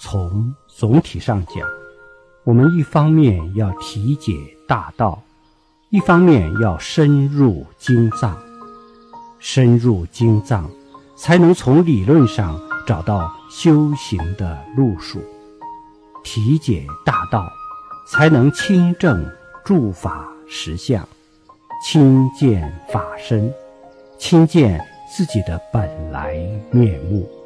从总体上讲，我们一方面要体解大道，一方面要深入经藏。深入经藏，才能从理论上找到修行的路数；体解大道，才能亲证诸法实相，亲见法身，亲见自己的本来面目。